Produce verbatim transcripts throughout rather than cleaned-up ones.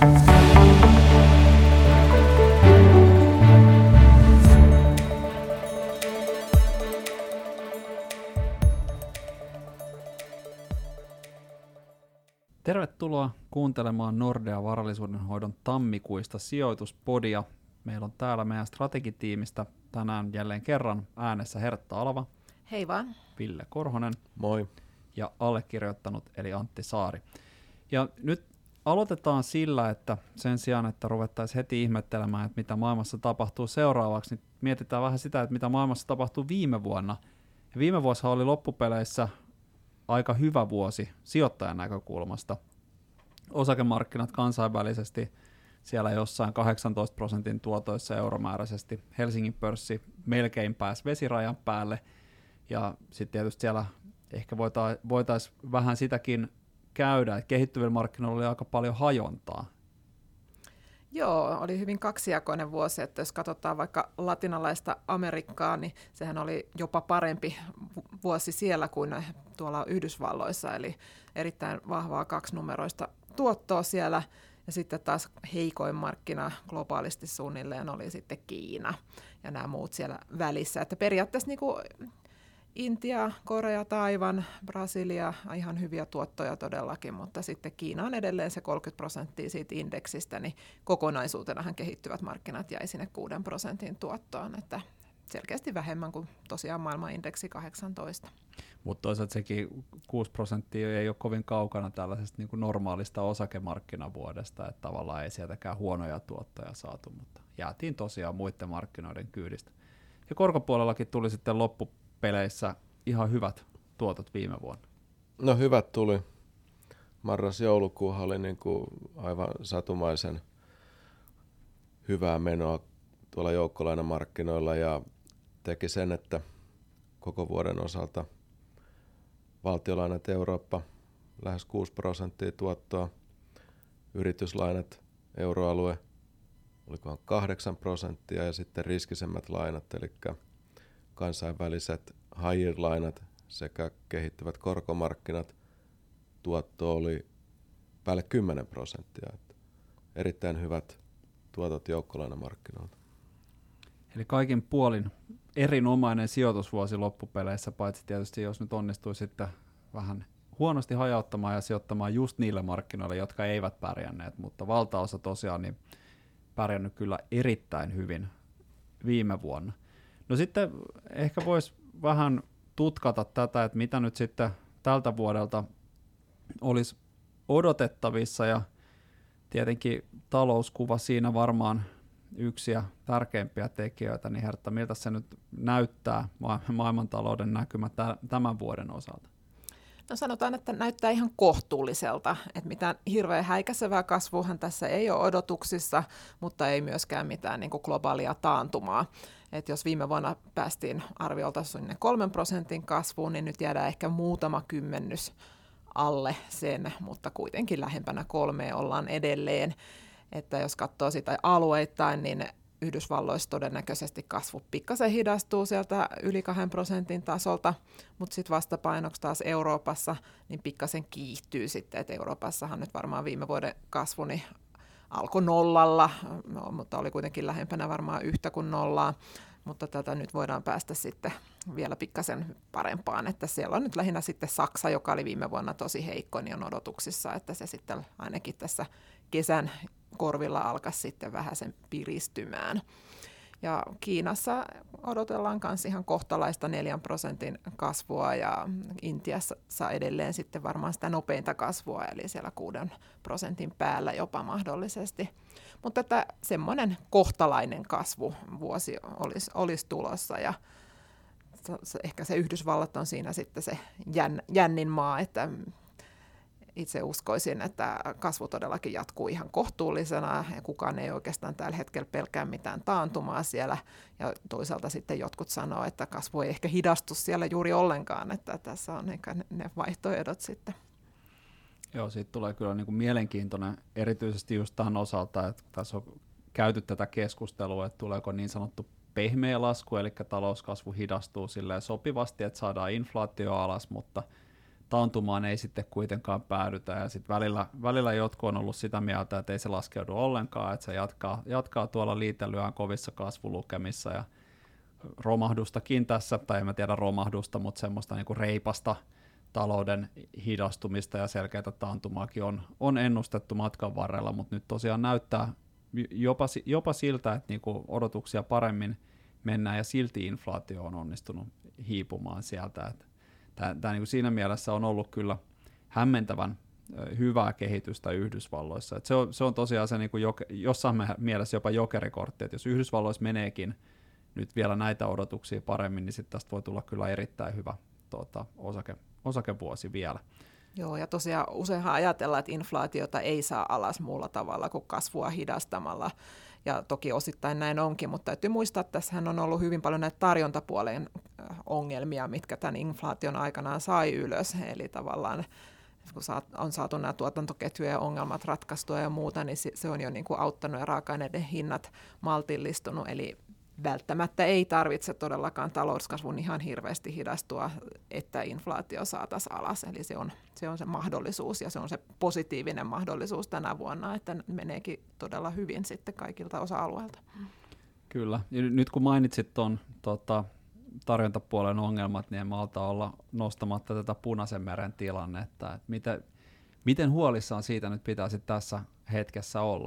Tervetuloa kuuntelemaan Nordea varallisuudenhoidon tammikuista sijoituspodia. Meillä on täällä meidän strategitiimistä tänään jälleen kerran äänessä Hertta Alava. Hei vaan. Ville Korhonen. Moi. Ja allekirjoittanut eli Antti Saari. Ja nyt aloitetaan sillä, että sen sijaan, että ruvettaisiin heti ihmettelemään, että mitä maailmassa tapahtuu seuraavaksi, niin mietitään vähän sitä, että mitä maailmassa tapahtuu viime vuonna. Ja viime vuosi oli loppupeleissä aika hyvä vuosi sijoittajan näkökulmasta. Osakemarkkinat kansainvälisesti siellä jossain kahdeksantoista prosentin tuotoissa euromääräisesti. Helsingin pörssi melkein pääsi vesirajan päälle. Ja sitten tietysti siellä ehkä voitaisiin voitais vähän sitäkin käydä, että kehittyvillä markkinoilla oli aika paljon hajontaa. Joo, oli hyvin kaksijakoinen vuosi, että jos katsotaan vaikka latinalaista Amerikkaa, niin sehän oli jopa parempi vuosi siellä kuin tuolla Yhdysvalloissa, eli erittäin vahvaa kaksinumeroista tuottoa siellä, ja sitten taas heikoin markkina globaalisti suunnilleen oli sitten Kiina ja nämä muut siellä välissä, että periaatteessa niin kuin Intia, Korea, Taiwan, Brasilia, ihan hyviä tuottoja todellakin, mutta sitten Kiina on edelleen se kolmekymmentä prosenttia siitä indeksistä, niin kokonaisuutenahan kehittyvät markkinat jäi sinne kuuden prosentin tuottoon, että selkeästi vähemmän kuin tosiaan maailmanindeksi kahdeksantoista. Mutta toisaalta sekin kuusi prosenttia ei ole kovin kaukana tällaisesta niin kuin normaalista osakemarkkinavuodesta, että tavallaan ei sieltäkään huonoja tuottoja saatu, mutta jäätiin tosiaan muiden markkinoiden kyydistä. Ja korkopuolellakin tuli sitten loppu peleissä ihan hyvät tuotot viime vuonna. No hyvät tuli. Marras-joulukuuhan oli niin kuin aivan satumaisen hyvää menoa tuolla joukkolainamarkkinoilla ja teki sen, että koko vuoden osalta valtiolainat Eurooppa lähes kuusi prosenttia tuottoa, yrityslainat euroalue olikohan kahdeksan prosenttia ja sitten riskisemmät lainat, eli kansainväliset high-yield-lainat sekä kehittyvät korkomarkkinat, tuotto oli päälle kymmenen prosenttia. Että erittäin hyvät tuotot joukkolainamarkkinoilta. Eli kaikin puolin erinomainen sijoitusvuosi loppupeleissä, paitsi tietysti jos nyt onnistui sitten vähän huonosti hajauttamaan ja sijoittamaan just niille markkinoille, jotka eivät pärjänneet, mutta valtaosa tosiaan niin pärjännyt kyllä erittäin hyvin viime vuonna. No sitten ehkä voisi vähän tutkata tätä, että mitä nyt sitten tältä vuodelta olisi odotettavissa, ja tietenkin talouskuva siinä varmaan yksi ja tärkeimpiä tekijöitä, niin Hertta, miltä se nyt näyttää ma- maailmantalouden näkymä t- tämän vuoden osalta? No sanotaan, että näyttää ihan kohtuulliselta, että mitään hirveän häikäisevää kasvuahan tässä ei ole odotuksissa, mutta ei myöskään mitään niin kuin globaalia taantumaa. Et jos viime vuonna päästiin arviolta sinne kolmen prosentin kasvuun, niin nyt jäädään ehkä muutama kymmenys alle sen, mutta kuitenkin lähempänä kolmea ollaan edelleen. Että jos katsoo sitä alueittain, niin Yhdysvalloissa todennäköisesti kasvu pikkasen hidastuu sieltä yli kahden prosentin tasolta, mutta sitten vastapainoksi taas Euroopassa niin pikkasen kiihtyy sitten, että Euroopassahan nyt varmaan viime vuoden kasvu niin alkoi nollalla, no, mutta oli kuitenkin lähempänä varmaan yhtä kuin nollaa, mutta tätä nyt voidaan päästä sitten vielä pikkasen parempaan, että siellä on nyt lähinnä sitten Saksa, joka oli viime vuonna tosi heikko, niin on odotuksissa, että se sitten ainakin tässä kesän korvilla alkaa sitten vähän sen piristymään. Ja Kiinassa odotellaan myös ihan kohtalaista neljän prosentin kasvua ja Intiassa saa edelleen sitten varmaan sitä nopeinta kasvua, eli siellä kuuden prosentin päällä jopa mahdollisesti. Mutta että semmoinen kohtalainen kasvuvuosi olisi, olisi tulossa ja ehkä se Yhdysvallat on siinä sitten se jänn, jännin maa, että itse uskoisin, että kasvu todellakin jatkuu ihan kohtuullisena ja kukaan ei oikeastaan tällä hetkellä pelkää mitään taantumaa siellä. Ja toisaalta sitten jotkut sanoo, että kasvu ei ehkä hidastu siellä juuri ollenkaan, että tässä on ehkä ne vaihtoehdot sitten. Joo, siitä tulee kyllä niin kuin mielenkiintoinen, erityisesti just tämän osalta, että tässä on käyty tätä keskustelua, että tuleeko niin sanottu pehmeä lasku, eli talouskasvu hidastuu silleen sopivasti, että saadaan inflaatio alas, mutta taantumaan ei sitten kuitenkaan päädytä, ja sitten välillä, välillä jotkut on ollut sitä mieltä, että ei se laskeudu ollenkaan, että se jatkaa, jatkaa tuolla liitelyään kovissa kasvulukemissa, ja romahdustakin tässä, tai en mä tiedä romahdusta, mutta semmoista niin kuin reipasta talouden hidastumista ja selkeää taantumaakin on, on ennustettu matkan varrella, mutta nyt tosiaan näyttää jopa, jopa siltä, että niin kuin odotuksia paremmin mennään, ja silti inflaatio on onnistunut hiipumaan sieltä. Tämä, tämä niin kuin siinä mielessä on ollut kyllä hämmentävän hyvää kehitystä Yhdysvalloissa. Et se, on, se on tosiaan se niin kuin joke, jossain mielessä jopa jokerikortti, että jos Yhdysvalloissa meneekin nyt vielä näitä odotuksia paremmin, niin sitten tästä voi tulla kyllä erittäin hyvä tuota, osake, osakevuosi vielä. Joo, ja tosiaan useinhan ajatellaan, että inflaatiota ei saa alas muulla tavalla kuin kasvua hidastamalla. Ja toki osittain näin onkin, mutta täytyy muistaa, että tässähän on ollut hyvin paljon näitä tarjontapuolen ongelmia, mitkä tämän inflaation aikanaan sai ylös. Eli tavallaan kun on saatu nämä tuotantoketjujen ongelmat ratkaistua ja muuta, niin se on jo niin kuin auttanut ja raaka-aineiden hinnat maltillistunut. Eli välttämättä ei tarvitse todellakaan talouskasvun ihan hirveästi hidastua, että inflaatio saataisiin alas. Eli se on, se on se mahdollisuus ja se on se positiivinen mahdollisuus tänä vuonna, että meneekin todella hyvin sitten kaikilta osa-alueilta. Kyllä. Ja nyt kun mainitsit tuon tota, tarjontapuolen ongelmat, niin en malta olla nostamatta tätä Punaisen meren tilannetta. Että miten, miten huolissaan siitä nyt pitäisi tässä hetkessä olla?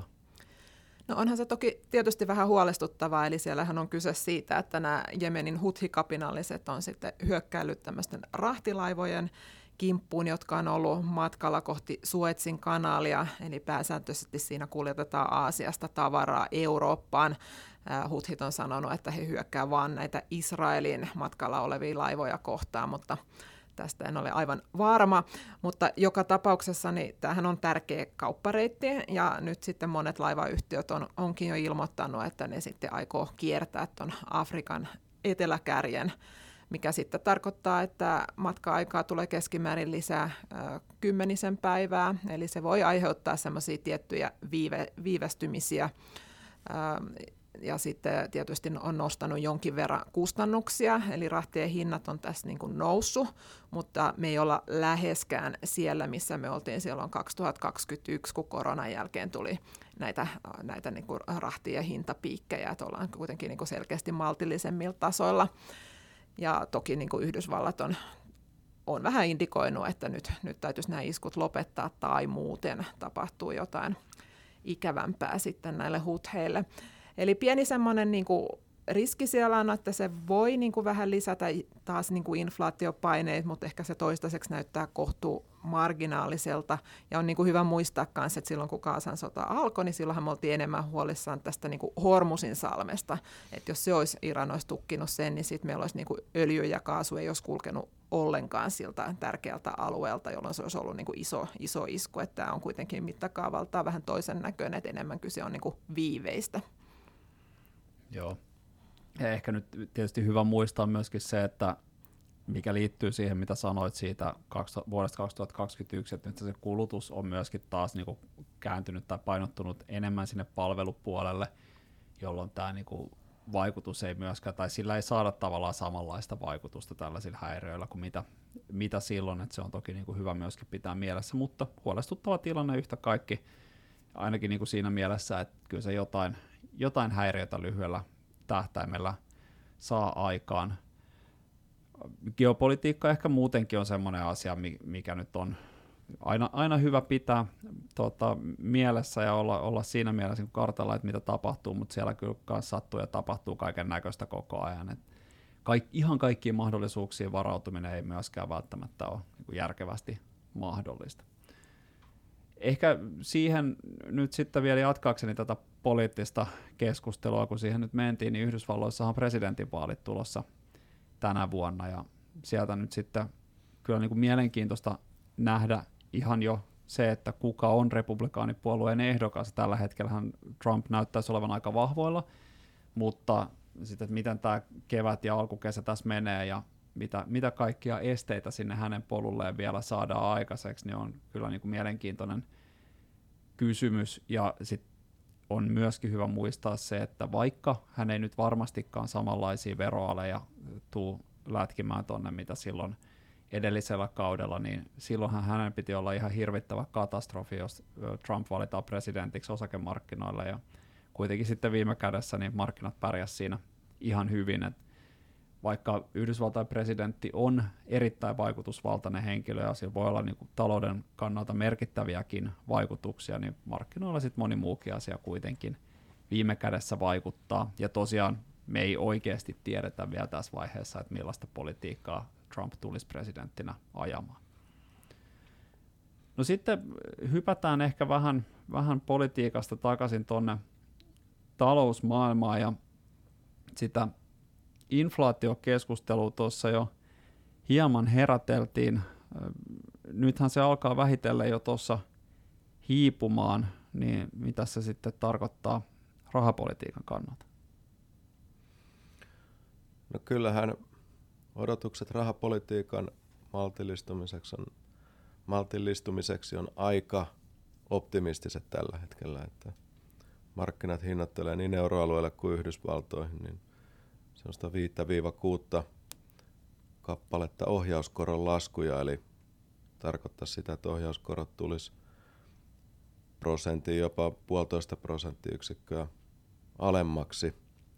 No onhan se toki tietysti vähän huolestuttavaa, eli siellähän on kyse siitä, että nämä Jemenin Huthi-kapinalliset on sitten hyökkäillyt tämmöisten rahtilaivojen kimppuun, jotka on ollut matkalla kohti Suezin kanaalia, eli pääsääntöisesti siinä kuljetetaan Aasiasta tavaraa Eurooppaan. Huthit on sanonut, että he hyökkää vaan näitä Israelin matkalla olevia laivoja kohtaan, mutta tästä en ole aivan varma, mutta joka tapauksessa niin tämähän on tärkeä kauppareitti, ja nyt sitten monet laivayhtiöt on, onkin jo ilmoittanut, että ne sitten aikoo kiertää tuon Afrikan eteläkärjen, mikä sitten tarkoittaa, että matka-aikaa tulee keskimäärin lisää äh, kymmenisen päivää, eli se voi aiheuttaa semmoisia tiettyjä viive, viivästymisiä, äh, ja sitten tietysti on nostanut jonkin verran kustannuksia, eli rahtien hinnat on tässä niin kuin noussut, mutta me ei olla läheskään siellä, missä me oltiin silloin kaksituhattakaksikymmentäyksi, kun koronan jälkeen tuli näitä, näitä niin kuin rahtien hintapiikkejä, että ollaan kuitenkin niin kuin selkeästi maltillisemmilla tasoilla. Ja toki niin kuin Yhdysvallat on, on vähän indikoinut, että nyt, nyt täytyisi nämä iskut lopettaa tai muuten tapahtuu jotain ikävämpää sitten näille hutheille. Eli pieni semmoinen niin kuin riski siellä on, että se voi niin kuin vähän lisätä taas niin kuin inflaatiopaineet, mutta ehkä se toistaiseksi näyttää kohtuu marginaaliselta. Ja on niin kuin hyvä muistaa myös, että silloin kun Gazan sota alkoi, niin silloinhan me oltiin enemmän huolissaan tästä niin kuin Hormusin salmesta. Että jos se olisi, Iran olisi tukkinut sen, niin sitten meillä olisi niin kuin öljy ja kaasu ei olisi kulkenut ollenkaan siltä tärkeältä alueelta, jolloin se olisi ollut niin kuin iso, iso isku. Että tämä on kuitenkin mittakaavaltaan vähän toisen näköinen, että enemmän kyse on niin kuin viiveistä. Joo. Ja ehkä nyt tietysti hyvä muistaa myöskin se, että mikä liittyy siihen, mitä sanoit siitä vuodesta kaksituhattakaksikymmentäyksi, että nyt se kulutus on myöskin taas niin kuin kääntynyt tai painottunut enemmän sinne palvelupuolelle, jolloin tämä niin kuin vaikutus ei myöskään, tai sillä ei saada tavallaan samanlaista vaikutusta tällaisilla häiriöillä kuin mitä, mitä silloin, että se on toki niin kuin hyvä myöskin pitää mielessä, mutta huolestuttava tilanne yhtä kaikki, ainakin niin kuin siinä mielessä, että kyllä se jotain, jotain häiriötä lyhyellä tähtäimellä saa aikaan. Geopolitiikka ehkä muutenkin on semmoinen asia, mikä nyt on aina, aina hyvä pitää tota, mielessä ja olla, olla siinä mielessä niin kartalla, että mitä tapahtuu, mutta siellä kyllä myös sattuu ja tapahtuu kaiken näköistä koko ajan. Et kaik, ihan kaikkiin mahdollisuuksiin varautuminen ei myöskään välttämättä ole niin järkevästi mahdollista. Ehkä siihen nyt sitten vielä jatkaakseni tätä poliittista keskustelua, kun siihen nyt mentiin, niin Yhdysvalloissahan on presidentinvaalit tulossa tänä vuonna, ja sieltä nyt sitten kyllä niin kuin mielenkiintoista nähdä ihan jo se, että kuka on republikaanipuolueen ehdokas. Tällä hetkellähän Trump näyttäisi olevan aika vahvoilla, mutta sitten, että miten tämä kevät ja alkukesä tässä menee ja mitä, mitä kaikkia esteitä sinne hänen polulleen vielä saadaan aikaiseksi, niin on kyllä niin kuin mielenkiintoinen kysymys. Ja sitten on myöskin hyvä muistaa se, että vaikka hän ei nyt varmastikaan samanlaisia veroaleja tule lätkimään tuonne, mitä silloin edellisellä kaudella, niin silloinhan hänen piti olla ihan hirvittävä katastrofi, jos Trump valitaan presidentiksi osakemarkkinoilla, ja kuitenkin sitten viime kädessä niin markkinat pärjäsivät siinä ihan hyvin, että vaikka Yhdysvaltain presidentti on erittäin vaikutusvaltainen henkilö ja sillä voi olla niin kuin talouden kannalta merkittäviäkin vaikutuksia, niin markkinoilla sitten moni muukin asia kuitenkin viime kädessä vaikuttaa. Ja tosiaan me ei oikeasti tiedetä vielä tässä vaiheessa, että millaista politiikkaa Trump tulisi presidenttinä ajamaan. No sitten hypätään ehkä vähän, vähän politiikasta takaisin tuonne talousmaailmaan, ja sitä inflaatiokeskustelua tuossa jo hieman heräteltiin. Nythän se alkaa vähitellen jo tuossa hiipumaan, niin mitä se sitten tarkoittaa rahapolitiikan kannalta? No kyllähän odotukset rahapolitiikan maltillistumiseksi on, maltillistumiseksi on aika optimistiset tällä hetkellä, että markkinat hinnoittelee niin euroalueelle kuin Yhdysvaltoihin, niin sellaista viittä viiva kuutta kappaletta ohjauskoron laskuja, eli tarkoittaa sitä, että ohjauskorot tulisi prosentin, jopa puolitoista prosenttiyksikköä alemmaksi.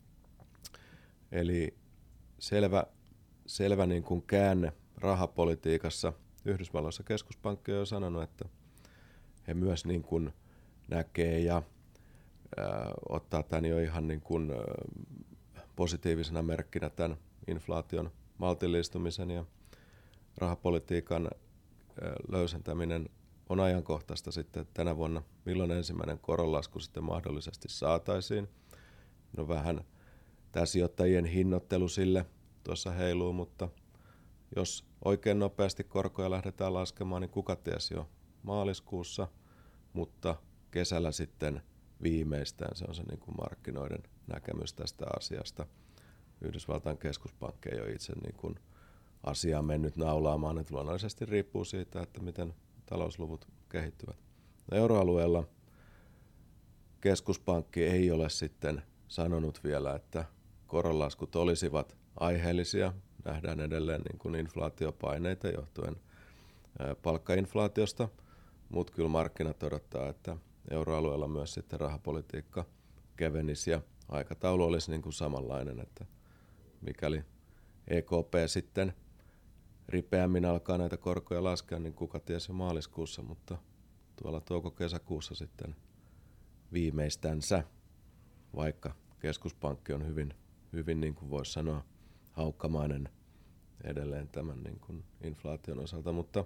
Eli selvä, selvä niin kuin käänne rahapolitiikassa. Yhdysvalloissa keskuspankki on jo sanonut, että he myös niin kuin näkee ja ää, ottaa tämän jo ihan niin kuin, ää, positiivisena merkkinä tämän inflaation maltillistumisen, ja rahapolitiikan löysentäminen on ajankohtaista sitten tänä vuonna, milloin ensimmäinen koronlasku sitten mahdollisesti saataisiin. No vähän tämä sijoittajien hinnoittelu sille tuossa heiluu, mutta jos oikein nopeasti korkoja lähdetään laskemaan, niin kuka ties jo maaliskuussa, mutta kesällä sitten viimeistään, se on se niin kuin markkinoiden näkemys tästä asiasta. Yhdysvaltain keskuspankki ei ole itse niin kuin asiaa mennyt naulaamaan, että luonnollisesti riippuu siitä, että miten talousluvut kehittyvät. No, euroalueella keskuspankki ei ole sitten sanonut vielä, että koronlaskut olisivat aiheellisia. Nähdään edelleen niin kuin inflaatiopaineita johtuen palkkainflaatiosta, mutta kyllä markkinat odottaa, että euroalueella myös sitten rahapolitiikka kevenisi ja aikataulu olisi niin kuin samanlainen, että mikäli E K P sitten ripeämmin alkaa näitä korkoja laskea, niin kuka tiesi maaliskuussa, mutta tuolla touko-kesäkuussa sitten viimeistänsä, vaikka keskuspankki on hyvin, hyvin niin kuin voisi sanoa, haukkamainen edelleen tämän niin kuin inflaation osalta, mutta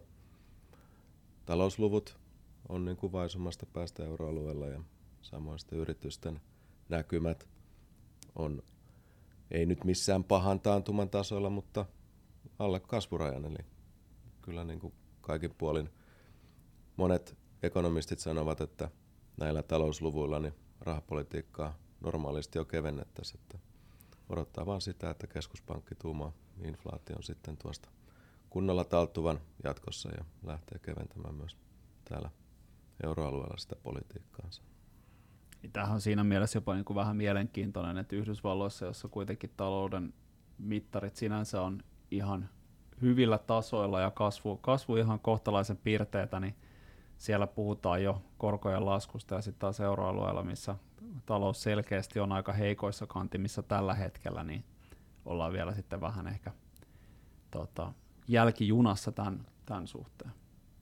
talousluvut on niin kuin vaisumasta päästä euroalueella ja samoin sitten yritysten näkymät on ei nyt missään pahan taantuman tasoilla, mutta alle kasvurajan, eli kyllä niin kuin kaikin puolin monet ekonomistit sanovat, että näillä talousluvuilla niin rahapolitiikkaa normaalisti jo kevennettäisiin, että odottaa vaan sitä, että keskuspankki tuumaa inflaation sitten tuosta kunnolla talttuvan jatkossa ja lähtee keventämään myös täällä euroalueella sitä politiikkaansa. Tämähän on siinä mielessä jopa niin kuin vähän mielenkiintoinen, että Yhdysvalloissa, jossa kuitenkin talouden mittarit sinänsä on ihan hyvillä tasoilla ja kasvu, kasvu ihan kohtalaisen piirteitä, niin siellä puhutaan jo korkojen laskusta, ja sitten taas euroalueella, missä talous selkeästi on aika heikoissa kantimissa tällä hetkellä, niin ollaan vielä sitten vähän ehkä tota, jälkijunassa tämän, tämän suhteen.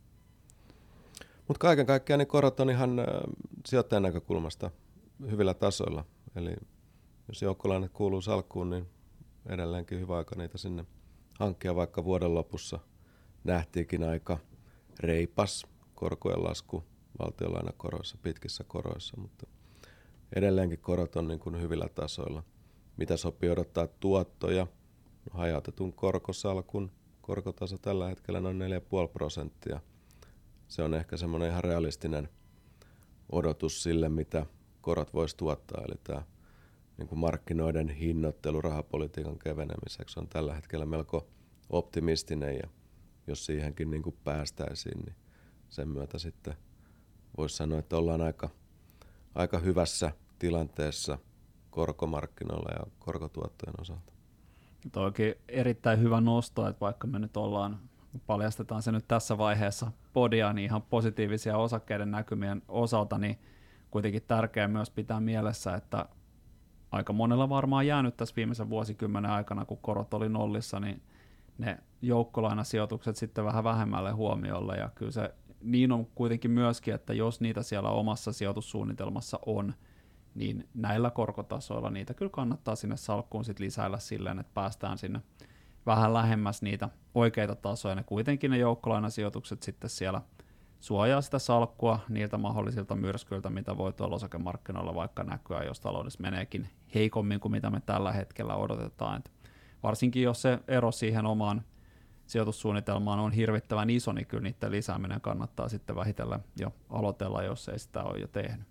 Mutta kaiken kaikkiaan niin korot on ihan äh, sijoittajan näkökulmasta hyvillä tasoilla. Eli jos joukkolainat kuuluu salkkuun, niin edelleenkin hyvä aika niitä sinne hankkia, vaikka vuoden lopussa nähtiinkin aika reipas korkojen lasku valtionlainakoroissa, pitkissä koroissa, mutta edelleenkin korot on niin kuin hyvillä tasoilla. Mitä sopii odottaa tuottoja? No, hajautetun korkosalkun korkotaso tällä hetkellä noin neljä pilkku viisi prosenttia. Se on ehkä semmoinen ihan realistinen odotus sille, mitä korot voisi tuottaa. Eli tämä niin kuin markkinoiden hinnoittelu rahapolitiikan kevenemiseksi on tällä hetkellä melko optimistinen, ja jos siihenkin niin kuin päästäisiin, niin sen myötä sitten voisi sanoa, että ollaan aika, aika hyvässä tilanteessa korkomarkkinoilla ja korkotuottojen osalta. Tuo onkin erittäin hyvä nosto, että vaikka me nyt ollaan paljastetaan se nyt tässä vaiheessa podia, niin ihan positiivisia osakkeiden näkymien osalta, niin kuitenkin tärkeää myös pitää mielessä, että aika monella varmaan jäänyt tässä viimeisen vuosikymmenen aikana, kun korot oli nollissa, niin ne joukkolainasijoitukset sitten vähän vähemmälle huomiolle, ja kyllä se niin on kuitenkin myöskin, että jos niitä siellä omassa sijoitussuunnitelmassa on, niin näillä korkotasoilla niitä kyllä kannattaa sinne salkkuun sit lisäillä silleen, että päästään sinne vähän lähemmäs niitä oikeita tasoja. Ne kuitenkin ne joukkolainasijoitukset sitten siellä suojaa sitä salkkua niiltä mahdollisilta myrskyiltä, mitä voi tuolla osakemarkkinoilla vaikka näkyä, jos taloudessa meneekin heikommin kuin mitä me tällä hetkellä odotetaan. Et varsinkin jos se ero siihen omaan sijoitussuunnitelmaan on hirvittävän iso, niin kyllä niiden lisääminen kannattaa sitten vähitellen jo aloitella, jos ei sitä ole jo tehnyt.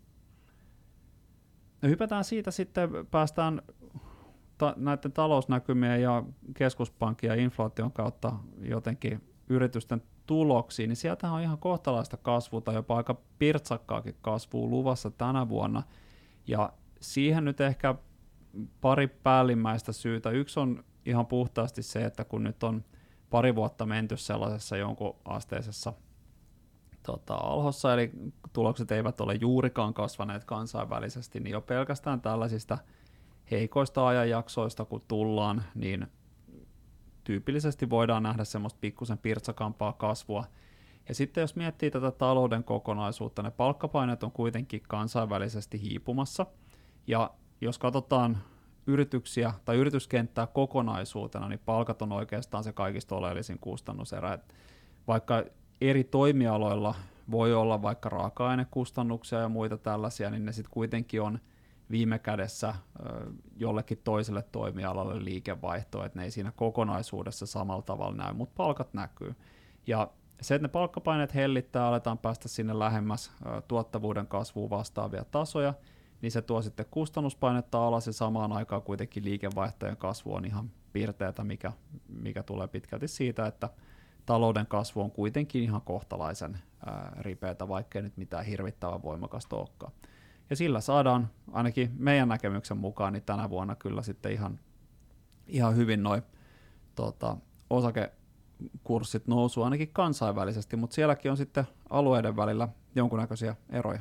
No hypätään siitä sitten, päästään ta- näiden talousnäkymien ja keskuspankin ja inflaation kautta jotenkin yritysten tuloksiin, niin sieltä on ihan kohtalaista kasvua tai jopa aika pirtsakkaakin kasvua luvassa tänä vuonna. Ja siihen nyt ehkä pari päällimmäistä syytä. Yksi on ihan puhtaasti se, että kun nyt on pari vuotta menty sellaisessa jonkun asteisessa tota, alhossa, eli tulokset eivät ole juurikaan kasvaneet kansainvälisesti, niin jo pelkästään tällaisista heikoista ajanjaksoista, kun tullaan, niin tyypillisesti voidaan nähdä semmoista pikkusen pirtsakampaa kasvua. Ja sitten jos miettii tätä talouden kokonaisuutta, ne palkkapaineet on kuitenkin kansainvälisesti hiipumassa, ja jos katsotaan yrityksiä tai yrityskenttää kokonaisuutena, niin palkat on oikeastaan se kaikista oleellisin kustannuserä. Vaikka eri toimialoilla voi olla vaikka raaka-ainekustannuksia ja muita tällaisia, niin ne sitten kuitenkin on viime kädessä jollekin toiselle toimialalle liikevaihtoa, että ne ei siinä kokonaisuudessa samalla tavalla näy, mutta palkat näkyy. Ja se, että ne palkkapaineet hellittää, aletaan päästä sinne lähemmäs tuottavuuden kasvuun vastaavia tasoja, niin se tuo sitten kustannuspainetta alas ja samaan aikaan kuitenkin liikevaihtojen kasvu on ihan piirteetä, mikä, mikä tulee pitkälti siitä, että talouden kasvu on kuitenkin ihan kohtalaisen ää, ripeätä, vaikkei nyt mitään hirvittävän voimakasta olekaan. Ja sillä saadaan ainakin meidän näkemyksen mukaan niin tänä vuonna kyllä sitten ihan, ihan hyvin noi tota, osakekurssit nousuu ainakin kansainvälisesti, mutta sielläkin on sitten alueiden välillä jonkunnäköisiä eroja.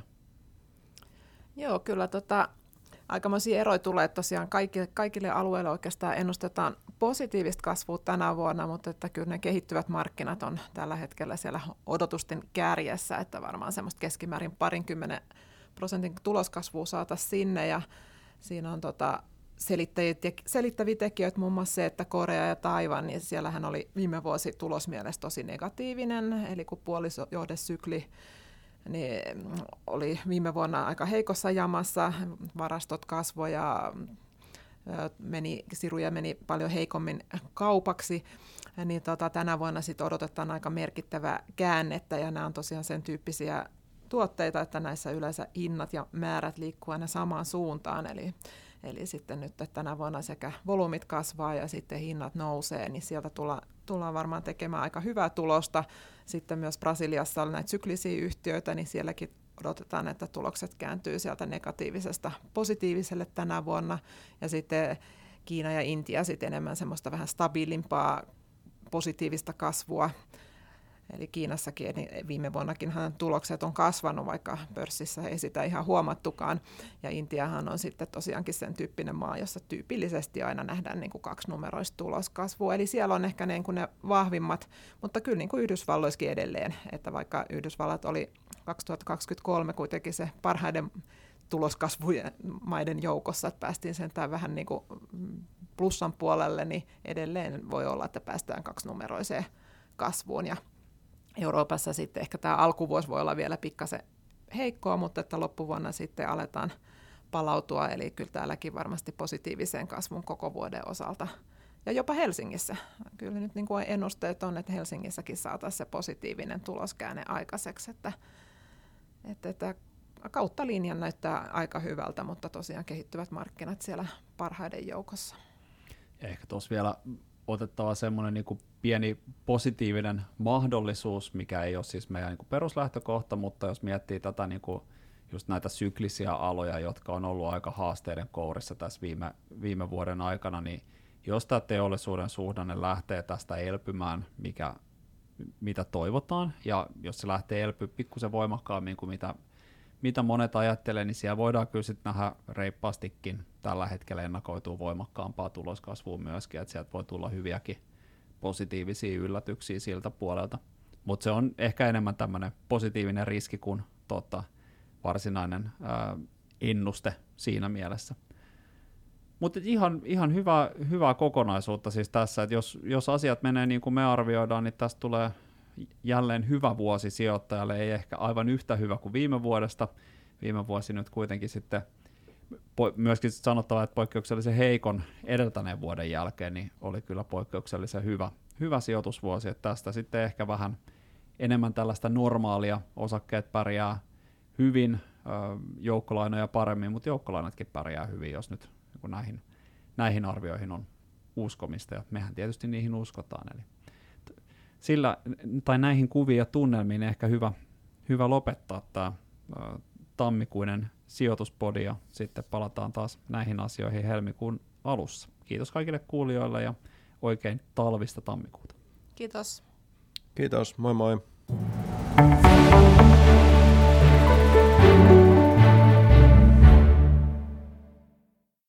Joo, kyllä tota, aikamoisia eroja tulee tosiaan kaikille, kaikille alueille oikeastaan ennustetaan positiivista kasvua tänä vuonna, mutta että kyllä ne kehittyvät markkinat on tällä hetkellä siellä odotusten kärjessä, että varmaan semmoista keskimäärin parinkymmenen prosentin tuloskasvua saataisiin sinne, ja siinä on tota selittäviä tekijöitä, muun muassa se, että Korea ja Taiwan, niin siellähän oli viime vuosi tulosmielessä tosi negatiivinen, eli kun puolijohdesykli niin oli viime vuonna aika heikossa jamassa, varastot kasvoi ja meni, siruja meni paljon heikommin kaupaksi, niin tota, tänä vuonna sit odotetaan aika merkittävää käännettä, ja nämä on tosiaan sen tyyppisiä tuotteita, että näissä yleensä hinnat ja määrät liikkuu aina samaan suuntaan, eli, eli sitten nyt tänä vuonna sekä volyymit kasvaa ja sitten hinnat nousee, niin sieltä tulla, tullaan varmaan tekemään aika hyvää tulosta. Sitten myös Brasiliassa on näitä syklisiä yhtiöitä, niin sielläkin odotetaan, että tulokset kääntyy sieltä negatiivisesta positiiviselle tänä vuonna, ja sitten Kiina ja Intia sitten enemmän semmoista vähän stabiilimpaa positiivista kasvua. Eli Kiinassakin niin viime vuonnakinhan tulokset on kasvanut, vaikka pörssissä ei sitä ihan huomattukaan. Ja Intiahan on sitten tosiaankin sen tyyppinen maa, jossa tyypillisesti aina nähdään niin kuin kaksinumeroista tuloskasvua. Eli siellä on ehkä niin kuin ne vahvimmat, mutta kyllä niin kuin Yhdysvalloissakin edelleen. Että vaikka Yhdysvallat oli kaksituhattakaksikymmentäkolme kuitenkin se parhaiden tuloskasvujen maiden joukossa, että päästiin sentään vähän niin kuin plussan puolelle, niin edelleen voi olla, että päästään kaksinumeroiseen kasvuun. Ja Euroopassa sitten ehkä tämä alkuvuosi voi olla vielä pikkasen heikkoa, mutta että loppuvuonna sitten aletaan palautua, eli kyllä täälläkin varmasti positiiviseen kasvun koko vuoden osalta. Ja jopa Helsingissä. Kyllä nyt niin kuin ennusteet on, että Helsingissäkin saataisiin se positiivinen tuloskäänne aikaiseksi, että, että, että kautta linjan näyttää aika hyvältä, mutta tosiaan kehittyvät markkinat siellä parhaiden joukossa. Ja ehkä tuossa vielä otettava semmoinen niin kuin pieni positiivinen mahdollisuus, mikä ei ole siis meidän niin kuin peruslähtökohta, mutta jos miettii tätä niin kuin just näitä syklisiä aloja, jotka on ollut aika haasteiden kourissa tässä viime, viime vuoden aikana, niin jos tämä teollisuuden suhdanne lähtee tästä elpymään, mikä mitä toivotaan, ja jos se lähtee elpyä pikkusen voimakkaammin kuin mitä, mitä monet ajattelee, niin siellä voidaan kyllä sitten nähdä reippaastikin tällä hetkellä ennakoituu voimakkaampaa tuloskasvua myöskin, että sieltä voi tulla hyviäkin positiivisia yllätyksiä siltä puolelta. Mutta se on ehkä enemmän tämmöinen positiivinen riski kuin tota, varsinainen ää, ennuste siinä mielessä. Mutta ihan, ihan hyvä, hyvää kokonaisuutta siis tässä, että jos, jos asiat menee niin kuin me arvioidaan, niin tästä tulee jälleen hyvä vuosi sijoittajalle, ei ehkä aivan yhtä hyvä kuin viime vuodesta. Viime vuosi nyt kuitenkin sitten po- myöskin sanottava, että poikkeuksellisen heikon edeltäneen vuoden jälkeen niin oli kyllä poikkeuksellisen hyvä, hyvä sijoitusvuosi, että tästä sitten ehkä vähän enemmän tällaista normaalia, osakkeet pärjää hyvin, joukkolainoja paremmin, mutta joukkolainatkin pärjää hyvin, jos nyt näihin, näihin arvioihin on uskomista, ja mehän tietysti niihin uskotaan. Eli sillä, tai näihin kuviin ja tunnelmiin ehkä hyvä, hyvä lopettaa tämä tammikuinen sijoituspodi, ja sitten palataan taas näihin asioihin helmikuun alussa. Kiitos kaikille kuulijoille ja oikein talvista tammikuuta. Kiitos. Kiitos, moi moi.